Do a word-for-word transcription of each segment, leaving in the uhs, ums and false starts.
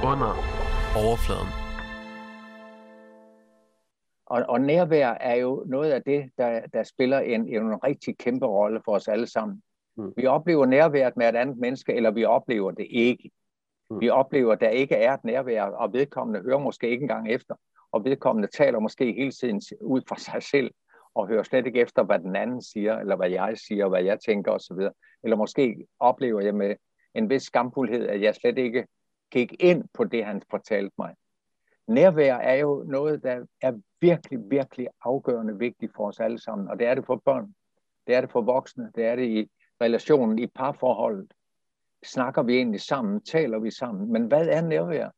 Under overfladen. Og, og nærvær er jo noget af det, der, der spiller en, en rigtig kæmpe rolle for os alle sammen. Mm. Vi oplever nærværet med et andet menneske, eller vi oplever det ikke. Mm. Vi oplever, at der ikke er et nærvær, og vedkommende hører måske ikke engang efter, og vedkommende taler måske hele tiden ud fra sig selv, og hører slet ikke efter, hvad den anden siger, eller hvad jeg siger, hvad jeg tænker osv. Eller måske oplever jeg med en vis skamfuldhed, at jeg slet ikke gik ind på det, han fortalte mig. Nærvær er jo noget, der er virkelig, virkelig afgørende vigtigt for os alle sammen, og det er det for børn, det er det for voksne, det er det i relationen, i parforholdet. Snakker vi egentlig sammen, taler vi sammen, men hvad er nærvær?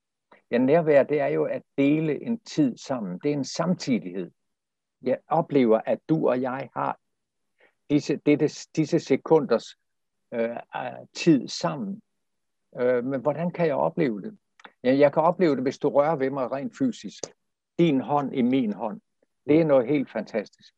Ja, nærvær, det er jo at dele en tid sammen, det er en samtidighed. Jeg oplever, at du og jeg har disse, disse, disse sekunders øh, tid sammen, øh, men hvordan kan jeg opleve det? Ja, jeg kan opleve det, hvis du rører ved mig rent fysisk. Din hånd i min hånd. Det er noget helt fantastisk.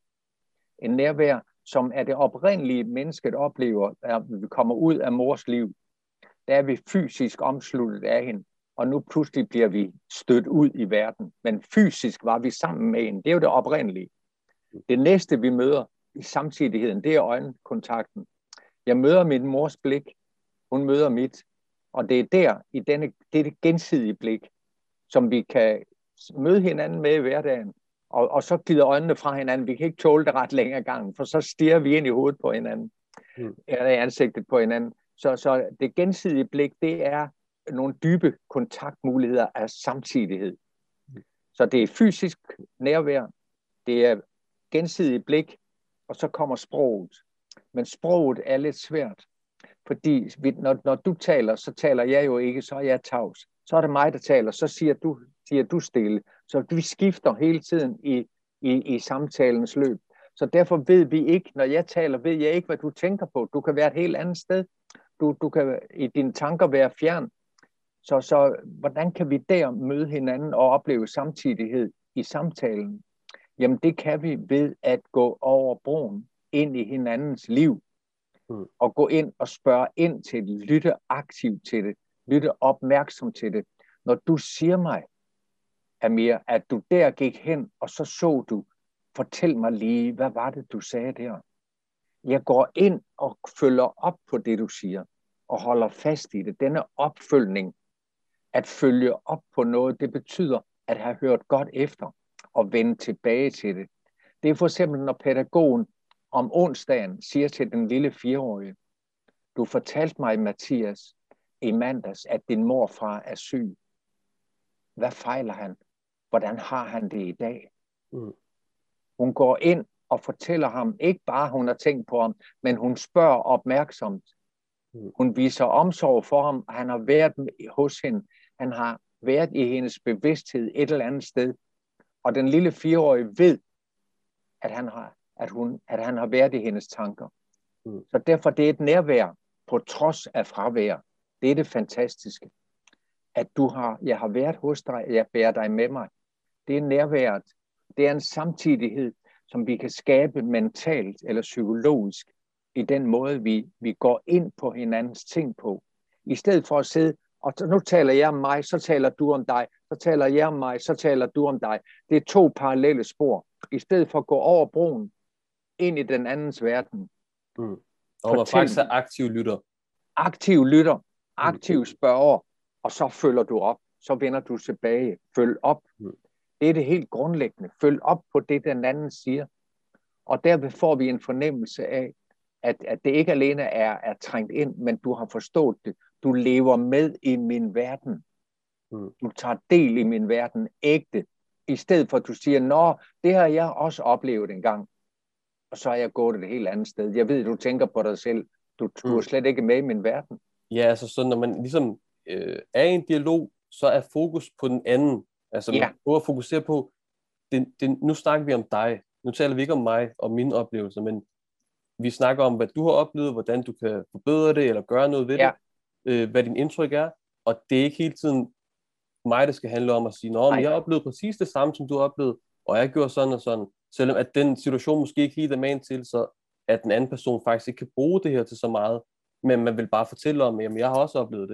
En nærvær, som er det oprindelige mennesket oplever, at vi kommer ud af mors liv. Der er vi fysisk omsluttet af hende, og nu pludselig bliver vi stødt ud i verden. Men fysisk var vi sammen med hende. Det er jo det oprindelige. Det næste, vi møder i samtidigheden, det er øjenkontakten. Jeg møder min mors blik. Hun møder mit. Og det er der, i denne, det er det gensidige blik, som vi kan møde hinanden med i hverdagen, og, og så glider øjnene fra hinanden. Vi kan ikke tåle det ret længere gang, for så stirrer vi ind i hovedet på hinanden, mm. eller i ansigtet på hinanden. Så, så det gensidige blik, det er nogle dybe kontaktmuligheder af samtidighed. Mm. Så det er fysisk nærvær, det er gensidige blik, og så kommer sproget. Men sproget er lidt svært. Fordi når, når du taler, så taler jeg jo ikke, så er jeg tavs. Så er det mig, der taler, så siger du, siger du stille. Så vi skifter hele tiden i, i, i samtalens løb. Så derfor ved vi ikke, når jeg taler, ved jeg ikke, hvad du tænker på. Du kan være et helt andet sted. Du, du kan i dine tanker være fjern. Så, så hvordan kan vi der møde hinanden og opleve samtidighed i samtalen? Jamen det kan vi ved at gå over broen ind i hinandens liv. Mm. Og gå ind og spørge ind til det, lytte aktivt til det, lytte opmærksom til det. Når du siger mig, Amir, at du der gik hen, og så så du, fortæl mig lige, hvad var det, du sagde der? Jeg går ind og følger op på det, du siger, og holder fast i det. Denne opfølgning, at følge op på noget, det betyder at have hørt godt efter og vende tilbage til det. Det er for eksempel, når pædagogen om onsdagen siger til den lille fireårige, du fortalte mig, Mathias, i mandags, at din morfar er syg. Hvad fejler han? Hvordan har han det i dag? Mm. Hun går ind og fortæller ham, ikke bare hun har tænkt på ham, men hun spørger opmærksomt. Mm. Hun viser omsorg for ham. Han har været hos hende. Han har været i hendes bevidsthed et eller andet sted. Og den lille fireårige ved, at han har At, hun, at han har været i hendes tanker. Mm. Så derfor det er et nærvær på trods af fravær. Det er det fantastiske. At du har, jeg har været hos dig, jeg bærer dig med mig. Det er nærværet. Det er en samtidighed, som vi kan skabe mentalt eller psykologisk i den måde, vi, vi går ind på hinandens ting på. I stedet for at sidde, og nu taler jeg om mig, så taler du om dig, så taler jeg om mig, så taler du om dig. Det er to parallelle spor. I stedet for at gå over broen, ind i den andens verden. Mm. Og man faktisk er aktiv lytter. Aktiv lytter, aktiv spørger, og så følger du op. Så vender du tilbage. Følg op. Mm. Det er det helt grundlæggende. Følg op på det, den anden siger. Og derved får vi en fornemmelse af, at, at det ikke alene er, er trængt ind, men du har forstået det. Du lever med i min verden. Mm. Du tager del i min verden ægte. I stedet for at du siger, nå, det har jeg også oplevet en gang. Og så er jeg gået et helt andet sted. Jeg ved, du tænker på dig selv. Du, du er slet ikke med i min verden. Ja, altså så når man ligesom øh, er i en dialog, så er fokus på den anden. Altså man ja. prøver at fokusere på, det, det, nu snakker vi om dig. Nu taler vi ikke om mig og mine oplevelser, men vi snakker om, hvad du har oplevet, hvordan du kan forbedre det, eller gøre noget ved ja. det, øh, hvad din indtryk er. Og det er ikke hele tiden mig, der skal handle om at sige, nå, men jeg har oplevet præcis det samme, som du har oplevet, og jeg gjorde sådan og sådan. Selvom at den situation måske ikke helt er man til, så at den anden person faktisk ikke kan bruge det her til så meget, men man vil bare fortælle om, jamen jeg har også oplevet det, ikke?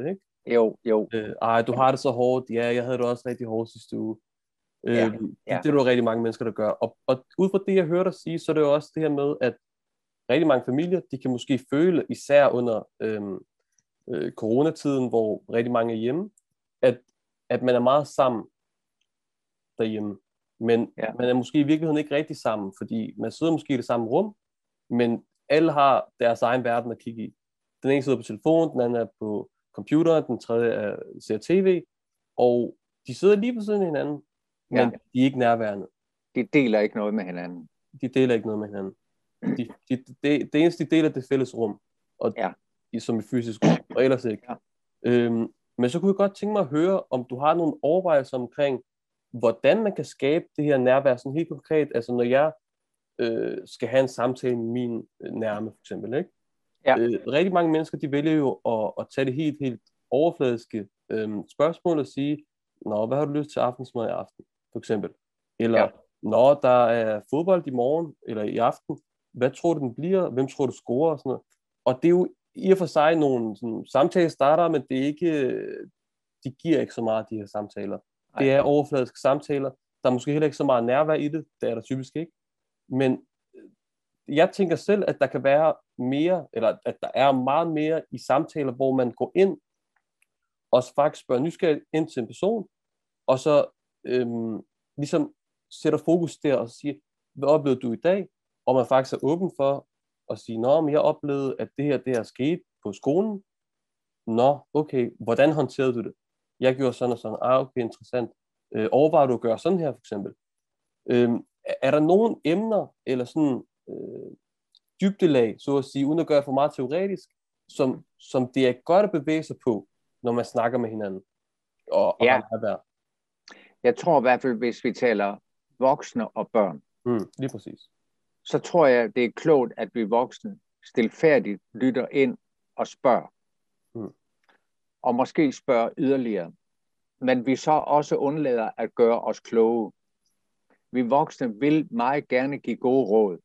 Jo, jo. Øh, ej, du har det så hårdt. Ja, jeg havde det også rigtig hårdt sidste uge. Øh, Ja, det, ja. det er der rigtig mange mennesker, der gør. Og, og ud fra det, jeg hørte dig sige, så er det jo også det her med, at rigtig mange familier, de kan måske føle, især under øhm, øh, coronatiden, hvor rigtig mange er hjemme, at, at man er meget sammen derhjemme. Men Ja. man er måske i virkeligheden ikke rigtig sammen, fordi man sidder måske i det samme rum, men alle har deres egen verden at kigge i. Den ene sidder på telefonen, den anden er på computeren, den tredje er, ser tv, og de sidder lige på siden af hinanden, men Ja. de er ikke nærværende. De deler ikke noget med hinanden. De deler ikke noget med hinanden. De, de, de, det eneste, de deler, det er fælles rum, og, Ja. i, som i fysisk rum, og ellers ikke. Ja. Øhm, men så kunne jeg godt tænke mig at høre, om du har nogle overvejelser omkring, hvordan man kan skabe det her nærvær sådan helt konkret, altså når jeg øh, skal have en samtale med min nærme, for eksempel, ikke? Ja. Øh, rigtig mange mennesker, de vælger jo at, at tage det helt, helt overfladiske øh, spørgsmål og sige, nå, hvad har du lyst til aftensmad i aften, for eksempel? Eller, ja. Nå, der er fodbold i morgen, eller i aften, hvad tror du, den bliver? Hvem tror du scorer? Og sådan noget. Og det er jo i og for sig nogle sådan, samtalestarter, men det er ikke, de giver ikke så meget, de her samtaler. Ej. Det er overfladiske samtaler. Der er måske heller ikke så meget nærvær i det, det er der typisk ikke. Men jeg tænker selv, at der kan være mere, eller at der er meget mere i samtaler, hvor man går ind og faktisk spørger nysgerrigt ind til en person, og så øhm, ligesom sætter fokus der og siger, hvad oplevede du i dag? Og man faktisk er åben for at sige, nå, men jeg oplevede, at det her, det her skete på skolen. Nå, okay, hvordan håndterede du det? Jeg gjorde sådan og sådan. Ah, okay, interessant. Øh, overvejer du at gøre sådan her, for eksempel? Øhm, er der nogle emner, eller sådan øh, dybdelag, så at sige, uden at gøre for meget teoretisk, som, som det er godt at bevæge sig på, når man snakker med hinanden? Og, og ja. har Jeg tror i hvert fald, hvis vi taler voksne og børn, mm, lige præcis. så tror jeg, det er klogt, at vi voksne stilfærdigt lytter ind og spørger. Mm. Og måske spørger yderligere. Men vi så også undlader at gøre os kloge. Vi voksne vil meget gerne give gode råd.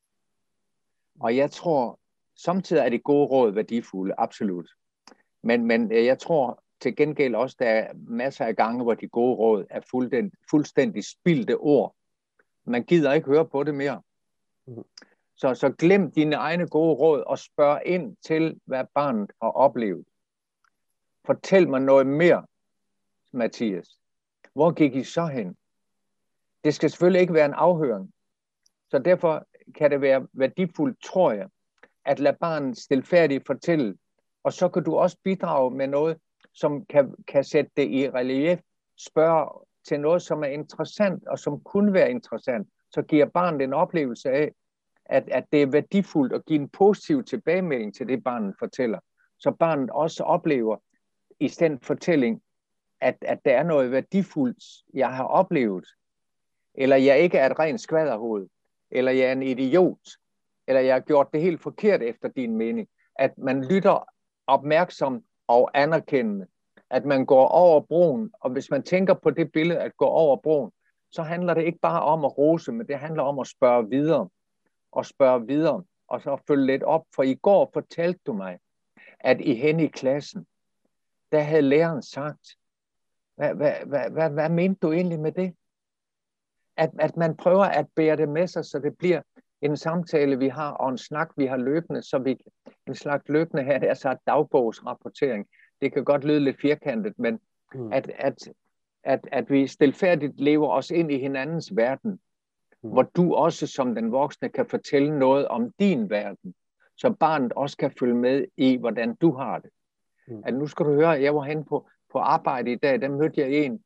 Og jeg tror, samtidig er de gode råd værdifulde, absolut. Men, men jeg tror til gengæld også, der er masser af gange, hvor de gode råd er fuldstændig, fuldstændig spildte ord. Man gider ikke høre på det mere. Mm. Så, så glem dine egne gode råd og spørg ind til, hvad barnet har oplevet. Fortæl mig noget mere, Mathias. Hvor gik I så hen? Det skal selvfølgelig ikke være en afhøring. Så derfor kan det være værdifuldt, tror jeg, at lade barnet stilfærdigt fortælle. Og så kan du også bidrage med noget, som kan, kan sætte det i relief. Spørg til noget, som er interessant, og som kunne være interessant. Så giver barnet en oplevelse af, at, at det er værdifuldt at give en positiv tilbagemelding til det, barnet fortæller. Så barnet også oplever i den fortælling, at, at der er noget værdifuldt, jeg har oplevet. Eller jeg ikke er et rent skvaderhoved. Eller jeg er en idiot. Eller jeg har gjort det helt forkert efter din mening. At man lytter opmærksom og anerkendende. At man går over broen. Og hvis man tænker på det billede, at gå over broen, så handler det ikke bare om at rose, men det handler om at spørge videre. Og spørge videre. Og så følge lidt op. For i går fortalte du mig, at I hen i klassen, der havde læreren sagt, hvad, hvad, hvad, hvad, hvad mente du egentlig med det? At, at man prøver at bære det med sig, så det bliver en samtale, vi har, og en snak, vi har løbende, så vi en slags løbende her, det er så dagbogsrapportering. Det kan godt lyde lidt firkantet, men mm. at, at, at, at vi stilfærdigt lever os ind i hinandens verden, mm. hvor du også som den voksne kan fortælle noget om din verden, så barnet også kan følge med i, hvordan du har det. Mm. At nu skal du høre, jeg var hen på, på arbejde i dag, der mødte jeg en,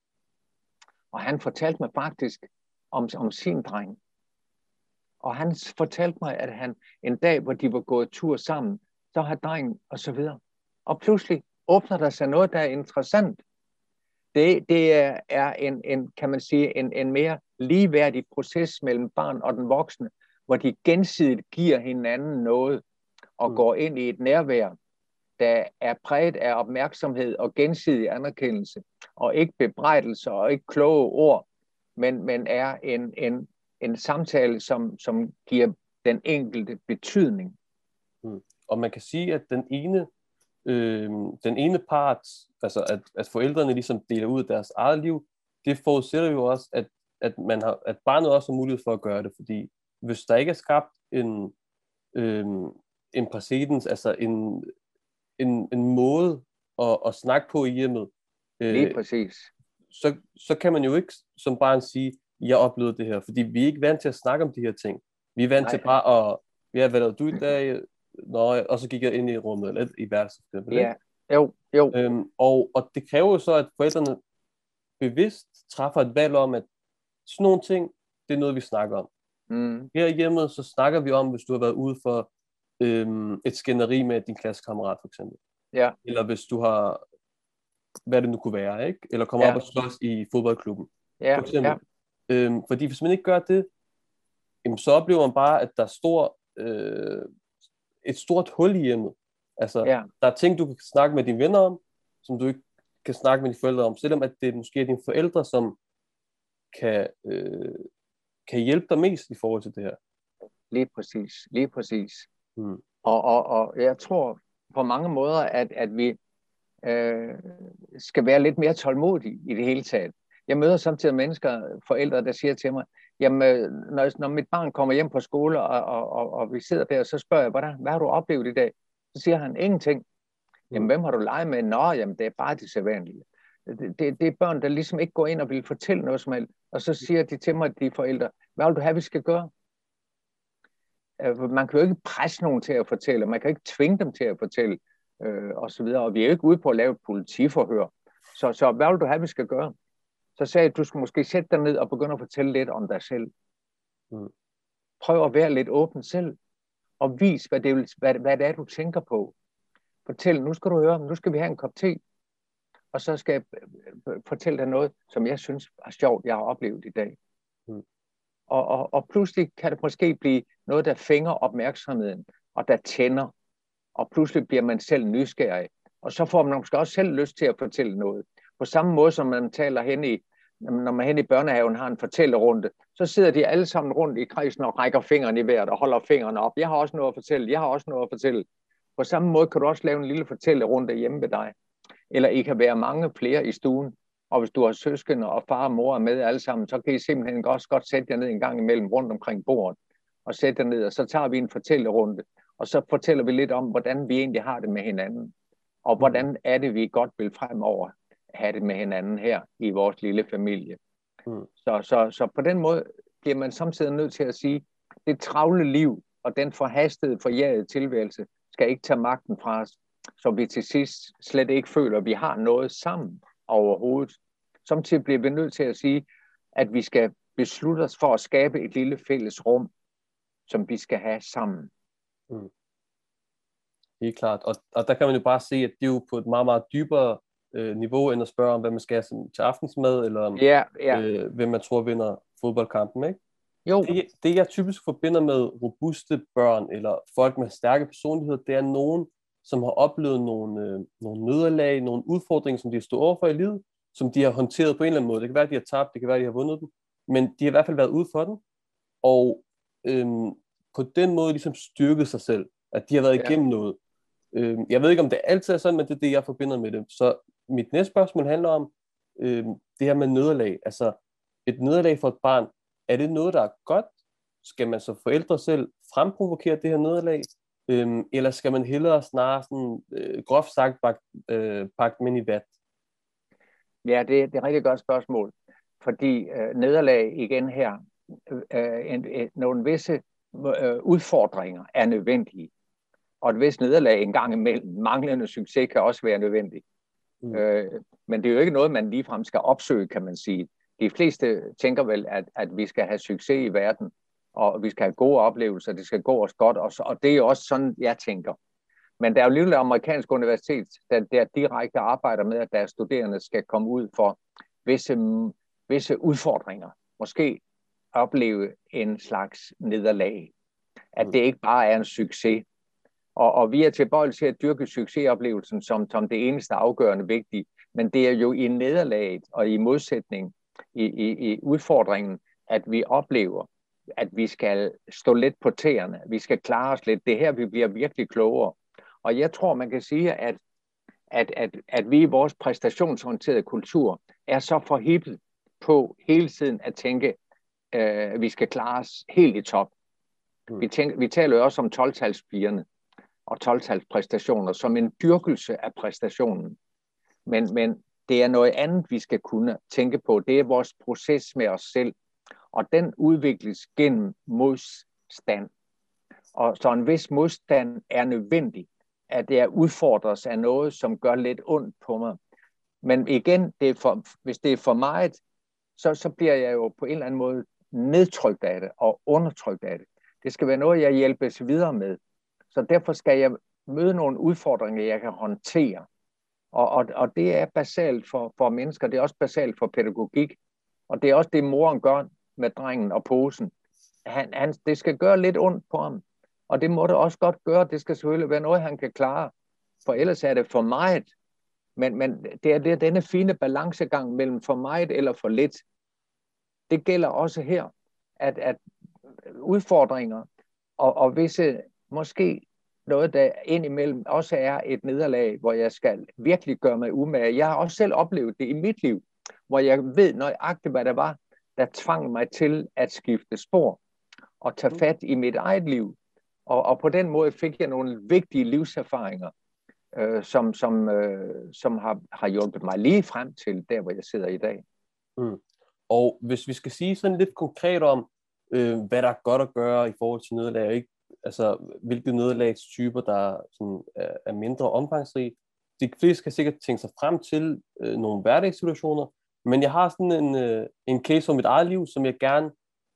og han fortalte mig faktisk om, om sin dreng. Og han fortalte mig, at han en dag, hvor de var gået tur sammen, så har drengen og så videre. Og pludselig åbner der sig noget, der er interessant. Det, det er, er en, en, kan man sige, en, en mere ligeværdig proces mellem barn og den voksne, hvor de gensidigt giver hinanden noget og mm. går ind i et nærvær, der er præget af opmærksomhed og gensidig anerkendelse, og ikke bebrejdelser og ikke kloge ord, men, men er en, en, en samtale, som, som giver den enkelte betydning. Mm. Og man kan sige, at den ene øh, den ene part, altså at, at forældrene ligesom deler ud af deres eget liv, det forudsætter jo også, at, at, man har, at barnet også har mulighed for at gøre det, fordi hvis der ikke er skabt en, øh, en præcedens, altså en, en, en måde at, at snakke på i hjemmet, øh, lige præcis. Så, så kan man jo ikke som barn sige, jeg oplevede det her, fordi vi er ikke vant til at snakke om de her ting. Vi er vant Nej. til bare at, ja, hvad lavede du i dag? Nå, og så gik jeg ind i rummet, eller i værelset. Ja, jo, jo. Øhm, og, og det kræver jo så, at forældrene bevidst træffer et valg om, at sådan nogle ting, det er noget, vi snakker om. Mm. Her hjemme, så snakker vi om, hvis du har været ude for øhm, et skænderi med din klassekammerat, for eksempel. Ja. Eller hvis du har, hvad det nu kunne være, ikke? Eller kommer ja. op og slås i fodboldklubben. Ja, for eksempel. ja. Øhm, fordi hvis man ikke gør det, jamen, så oplever man bare, at der er stor, øh, et stort hul i hjemmet. Altså, ja. der er ting, du kan snakke med dine venner om, som du ikke kan snakke med dine forældre om, selvom at det måske er dine forældre, som kan, øh, kan hjælpe dig mest i forhold til det her. Lige præcis, lige præcis. Hmm. Og, og, og jeg tror på mange måder, at, at vi øh, skal være lidt mere tålmodige i det hele taget. Jeg møder samtidig mennesker, forældre, der siger til mig, jamen, når, når mit barn kommer hjem på skole, og, og, og, og vi sidder der, så spørger jeg, hvordan, hvad har du oplevet i dag? Så siger han, ingenting. Jamen, hvem har du leget med? Nå, jamen, det er bare det sædvanlige. Det, det, det er børn, der ligesom ikke går ind og vil fortælle noget som helst. Og så siger de til mig, de forældre, hvad vil du have, vi skal gøre? Man kan jo ikke presse nogen til at fortælle, man kan ikke tvinge dem til at fortælle, øh, og så videre. Og vi er jo ikke ude på at lave et politiforhør. Så, så hvad vil du have, vi skal gøre? Så sagde jeg, at du skal måske sætte dig ned og begynde at fortælle lidt om dig selv. Mm. Prøv at være lidt åben selv, og vis, hvad det, vil, hvad, hvad det er, du tænker på. Fortæl, nu skal du høre, nu skal vi have en kop te, og så skal jeg fortælle dig noget, som jeg synes er sjovt, jeg har oplevet i dag. Mm. Og, og, og pludselig kan det måske blive noget, der fænger opmærksomheden, og der tænder, og pludselig bliver man selv nysgerrig, og så får man måske også selv lyst til at fortælle noget. På samme måde som man taler hen i, når man hen i børnehaven har en fortællerunde, så sidder de alle sammen rundt i kredsen og rækker fingrene i vejret og holder fingrene op. Jeg har også noget at fortælle, jeg har også noget at fortælle. På samme måde kan du også lave en lille fortællerunde hjemme ved dig. Eller I kan være mange flere i stuen, og hvis du har søskende og far og mor er med alle sammen, så kan I simpelthen også godt sætte jer ned en gang imellem rundt omkring bordet, og sætte jer ned, og så tager vi en fortællerunde, og så fortæller vi lidt om, hvordan vi egentlig har det med hinanden, og hvordan er det, vi godt vil fremover have det med hinanden her i vores lille familie. Mm. Så, så, så på den måde bliver man samtidig nødt til at sige, det travle liv og den forhastede, forjagede tilværelse skal ikke tage magten fra os, så vi til sidst slet ikke føler, at vi har noget sammen overhovedet. Samtidig bliver vi nødt til at sige, at vi skal beslutte os for at skabe et lille fælles rum, som vi skal have sammen. Mm. Helt klart. Og, og der kan man jo bare se, at det er jo på et meget, meget dybere øh, niveau, end at spørge om, hvad man skal have til aftensmad, eller om, yeah, yeah. Øh, hvem man tror vinder fodboldkampen, ikke? Jo. Det, det, jeg typisk forbinder med robuste børn, eller folk med stærke personligheder, det er nogen, som har oplevet nogle, øh, nogle nederlag, nogle udfordringer, som de har stået overfor i livet, som de har håndteret på en eller anden måde. Det kan være, at de har tabt, det kan være, at de har vundet dem, men de har i hvert fald været ude for den, og øhm, på den måde ligesom styrket sig selv, at de har været igennem ja. noget. Øhm, jeg ved ikke, om det altid er sådan, men det er det, jeg forbinder med det. Så mit næste spørgsmål handler om øhm, det her med nederlag. Altså, et nederlag for et barn, er det noget, der er godt? Skal man som forældre selv fremprovokere det her nederlag? Øhm, eller skal man hellere snarere sådan, øh, groft sagt pakke øh, pakke dem ind i vat? Ja, det, det er et rigtig godt spørgsmål. Fordi øh, nederlag igen her, øh, en, en, nogle visse øh, udfordringer er nødvendige. Og et vist nederlag en gang imellem, manglende succes kan også være nødvendig. Mm. Øh, men det er jo ikke noget, man ligefrem skal opsøge, kan man sige. De fleste tænker vel, at, at vi skal have succes i verden, og vi skal have gode oplevelser, det skal gå os godt, og, så, og det er jo også sådan, jeg tænker. Men der er jo lille amerikansk universitet, der, der direkte arbejder med, at deres studerende skal komme ud for visse, visse udfordringer. Måske opleve en slags nederlag. At det ikke bare er en succes. Og, og vi er tilbøjelige til at dyrke succesoplevelsen som, som det eneste afgørende vigtige. Men det er jo i nederlaget og i modsætning i, i, i udfordringen, at vi oplever, at vi skal stå lidt på tæerne. Vi skal klare os lidt. Det er her, vi bliver virkelig klogere. Og jeg tror, man kan sige, at at, at, at vi i vores præstationsorienterede kultur er så forhippet på hele tiden at tænke, øh, at vi skal klare os helt i top. Mm. Vi, tænker, vi taler jo også om tolv-talspigerne og tolv-talspræstationer som en dyrkelse af præstationen. Men, men det er noget andet, vi skal kunne tænke på. Det er vores proces med os selv, og den udvikles gennem modstand. Og så en vis modstand er nødvendig, at det er udfordres af noget, som gør lidt ondt på mig. Men igen, det er for, hvis det er for meget, så, så bliver jeg jo på en eller anden måde nedtrykt af det og undertrykt af det. Det skal være noget, jeg hjælpes videre med. Så derfor skal jeg møde nogle udfordringer, jeg kan håndtere. Og, og, og det er basalt for, for mennesker, det er også basalt for pædagogik. Og det er også det, moren gør med drengen og posen. Han, han, det skal gøre lidt ondt på ham. Og det må det også godt gøre. Det skal selvfølgelig være noget, han kan klare. For ellers er det for meget. Men, men det er, det er denne fine balancegang mellem for meget eller for lidt. Det gælder også her, at, at udfordringer og, og visse, måske noget, der indimellem også er et nederlag, hvor jeg skal virkelig gøre mig umage. Jeg har også selv oplevet det i mit liv, hvor jeg ved nøjagtigt, hvad der var, der tvang mig til at skifte spor og tage fat i mit eget liv. Og, og på den måde fik jeg nogle vigtige livserfaringer, øh, som, som, øh, som har, har hjulpet mig lige frem til der, hvor jeg sidder i dag. Mm. Og hvis vi skal sige sådan lidt konkret om, øh, hvad der er godt at gøre i forhold til nederlag, ikke? Altså hvilke nederlagstyper, der sådan, er, er mindre omfangsrige. De fleste kan sikkert tænke sig frem til øh, nogle hverdagssituationer, men jeg har sådan en, øh, en case fra mit eget liv, som jeg gerne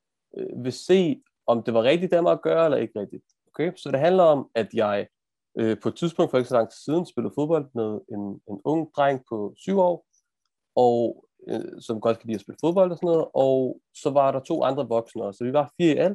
øh, vil se, om det var rigtigt af mig at gøre, eller ikke rigtigt. Okay? Så det handler om, at jeg øh, på et tidspunkt for ikke så lang tid siden spillede fodbold med en, en ung dreng på syv år, og øh, som godt kan lide at spille fodbold og sådan noget, og så var der to andre voksne, så vi var fire i alt.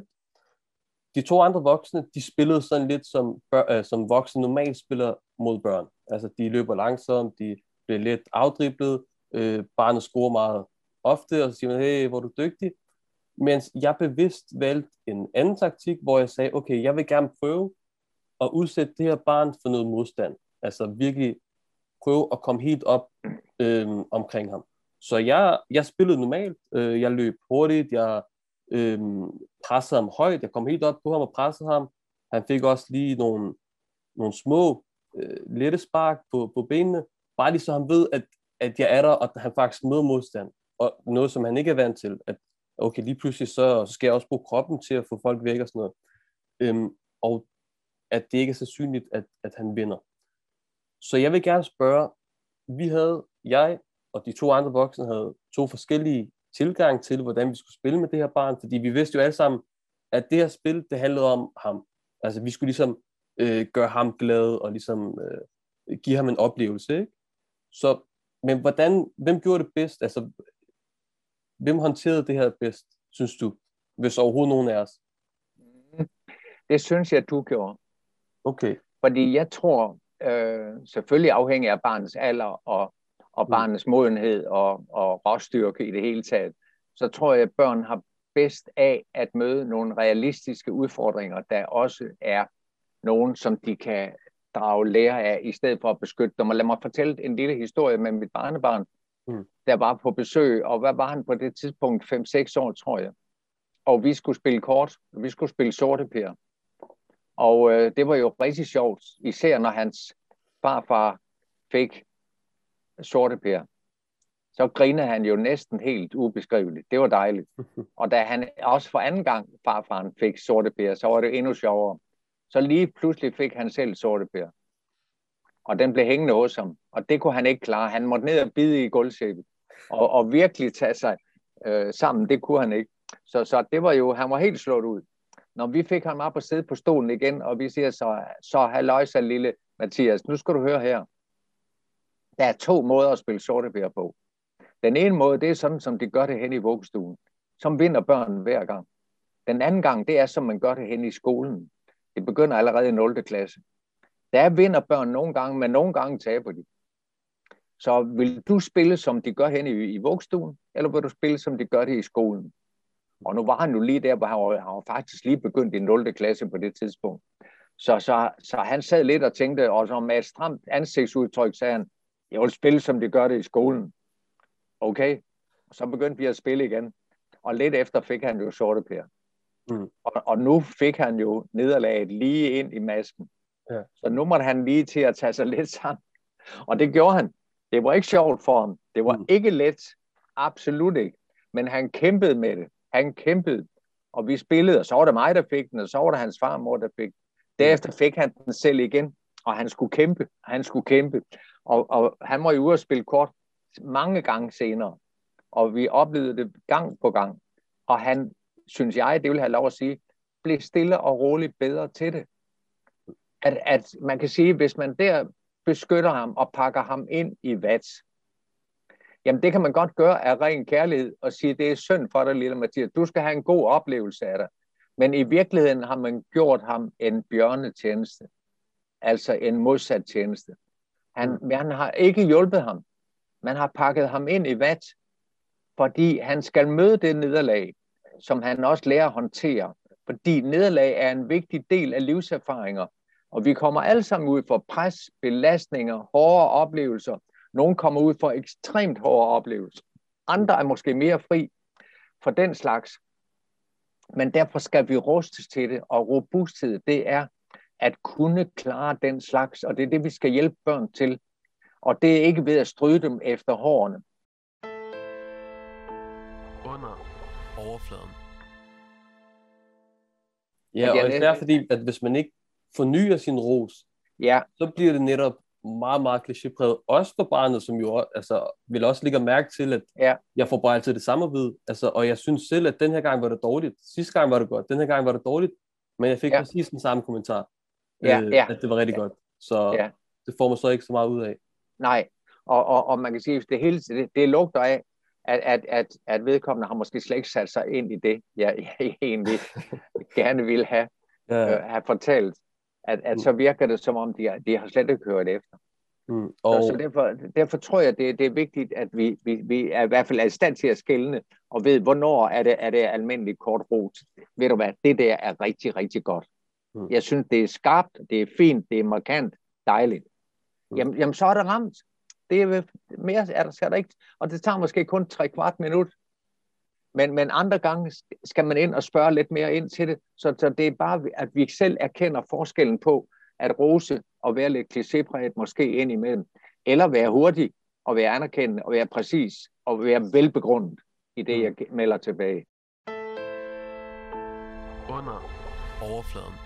De to andre voksne, de spillede sådan lidt som, bør, øh, som voksne normalt spiller mod børn. Altså de løber langsomt, de bliver lidt afdriblet, øh, barnet scorer meget ofte, og så siger man, hey, hvor er du dygtig. Mens jeg bevidst valgte en anden taktik, hvor jeg sagde, okay, jeg vil gerne prøve at udsætte det her barn for noget modstand. Altså virkelig prøve at komme helt op øh, omkring ham. Så jeg, jeg spillede normalt, øh, jeg løb hurtigt, jeg øh, pressede ham højt, jeg kom helt op på ham og pressede ham. Han fik også lige nogle, nogle små, øh, lette spark på, på benene, bare lige så han ved, at, at jeg er der, og han faktisk møder modstand. Og noget, som han ikke er vant til, at okay, lige pludselig så, så skal jeg også bruge kroppen til at få folk væk og sådan noget. Øhm, og at det ikke er så synligt, at, at han vinder. Så jeg vil gerne spørge, vi havde, jeg og de to andre voksne havde to forskellige tilgang til, hvordan vi skulle spille med det her barn, fordi vi vidste jo alle sammen, at det her spil, det handlede om ham. Altså vi skulle ligesom øh, gøre ham glad og ligesom øh, give ham en oplevelse, ikke? Så, men hvordan, hvem gjorde det bedst? Altså, hvem håndterede det her bedst, synes du, hvis overhovedet nogen af os? Det synes jeg, du gjorde. Okay. Fordi jeg tror, øh, selvfølgelig afhængig af barnets alder og, og barnets modenhed og, og råstyrke i det hele taget, så tror jeg, at børn har bedst af at møde nogle realistiske udfordringer, der også er nogen, som de kan drage lære af, i stedet for at beskytte dem. Og lad mig fortælle en lille historie med mit barnebarn, mm. der var på besøg, og hvad var han på det tidspunkt? fem seks år, tror jeg. Og vi skulle spille kort, vi skulle spille sorteper. Og øh, det var jo rigtig sjovt, især når hans farfar fik sorteper. Så grinede han jo næsten helt ubeskriveligt. Det var dejligt. Og da han også for anden gang farfaren fik sorteper, så var det endnu sjovere. Så lige pludselig fik han selv sorteper. Og den blev hængende hos ham. Og det kunne han ikke klare. Han måtte ned og bide i gulvsæbet. Og, og virkelig tage sig øh, sammen. Det kunne han ikke. Så, så det var jo, han var helt slået ud. Når vi fik ham op og sidde på stolen igen, og vi siger så, så halløjsa lille Mathias, nu skal du høre her. Der er to måder at spille sorteper på. Den ene måde, det er sådan, som de gør det hen i vuggestuen. Som vinder børn hver gang. Den anden gang, det er, som man gør det hen i skolen. Det begynder allerede i nul klasse. Der vinder børn nogle gange, men nogle gange taber de. Så vil du spille, som de gør hen i, i vuggestuen, eller vil du spille, som de gør det i skolen? Og nu var han jo lige der, hvor han var, han var faktisk lige begyndt i nul klasse på det tidspunkt. Så, så, så han sad lidt og tænkte, og så med et stramt ansigtsudtryk sagde han, Jeg vil spille, som de gør det i skolen. Okay, så begyndte vi at spille igen. Og lidt efter fik han jo sortepær. Mm. Og, og nu fik han jo nederlaget lige ind i masken. Ja. Så nu måtte han lige til at tage sig lidt sammen. Og det gjorde han. Det var ikke sjovt for ham. Det var mm. ikke let. Absolut ikke. Men han kæmpede med det. Han kæmpede. Og vi spillede, og så var det mig, der fik den, og så var det hans farmor, der fik den. Derefter fik han den selv igen, og han skulle kæmpe. Han skulle kæmpe. Og, og han var jo ude at spille kort mange gange senere. Og vi oplevede det gang på gang. Og han, synes jeg, det vil have lov at sige, blev stille og roligt bedre til det. At, at man kan sige, hvis man der beskytter ham og pakker ham ind i vats, jamen det kan man godt gøre af ren kærlighed og sige, det er synd for dig, lille Mathias. Du skal have en god oplevelse af det. Men i virkeligheden har man gjort ham en bjørnetjeneste. Altså en modsat tjeneste. Han, man har ikke hjulpet ham. Man har pakket ham ind i vat, fordi han skal møde det nederlag, som han også lærer at håndtere. Fordi nederlag er en vigtig del af livserfaringer. Og vi kommer alle sammen ud for pres, belastninger, hårde oplevelser. Nogle kommer ud for ekstremt hårde oplevelser. Andre er måske mere fri for den slags. Men derfor skal vi rustes til det, og robusthed, det er at kunne klare den slags, og det er det, vi skal hjælpe børn til. Og det er ikke ved at stryge dem efter hårene. Under overfladen. Ja, og især fordi, at hvis man ikke fornyer sin ros, ja. så bliver det netop meget, meget klichépræget. Også for barnet, som jo altså, vil også lægge mærke til, at ja. jeg får bare altid det samme at vide. Altså, og jeg synes selv, at den her gang var det dårligt. Sidste gang var det godt. Den her gang var det dårligt. Men jeg fik ja. præcis den samme kommentar. Ja, øh, ja. At det var rigtig ja. godt. Så ja. det får man så ikke så meget ud af. Nej, og, og, og man kan sige, at det hele det, det lugter af, at, at, at, at vedkommende har måske slet ikke sat sig ind i det, jeg, jeg egentlig gerne ville have, ja. øh, have fortalt. At, at mm. så virker det, som om de, de har slet ikke hørt efter. Mm. Og... Så, så derfor, derfor tror jeg, det, det er vigtigt, at vi, vi, vi er i hvert fald er i stand til at skelne, og ved, hvornår er det, er det almindeligt kort rot. Ved du hvad, det der er rigtig, rigtig godt. Mm. Jeg synes, det er skarpt, det er fint, det er markant, dejligt. Mm. Jamen, jamen, så er det ramt. Det er mere, er der, skal der ikke, og det tager måske kun tre kvart minut. Men, men andre gange skal man ind og spørge lidt mere ind til det, så, så det er bare, at vi selv erkender forskellen på at rose og være lidt klicépræget måske ind imellem, eller være hurtig og være anerkendende og være præcis og være velbegrundet i det, jeg melder tilbage. Under overfladen.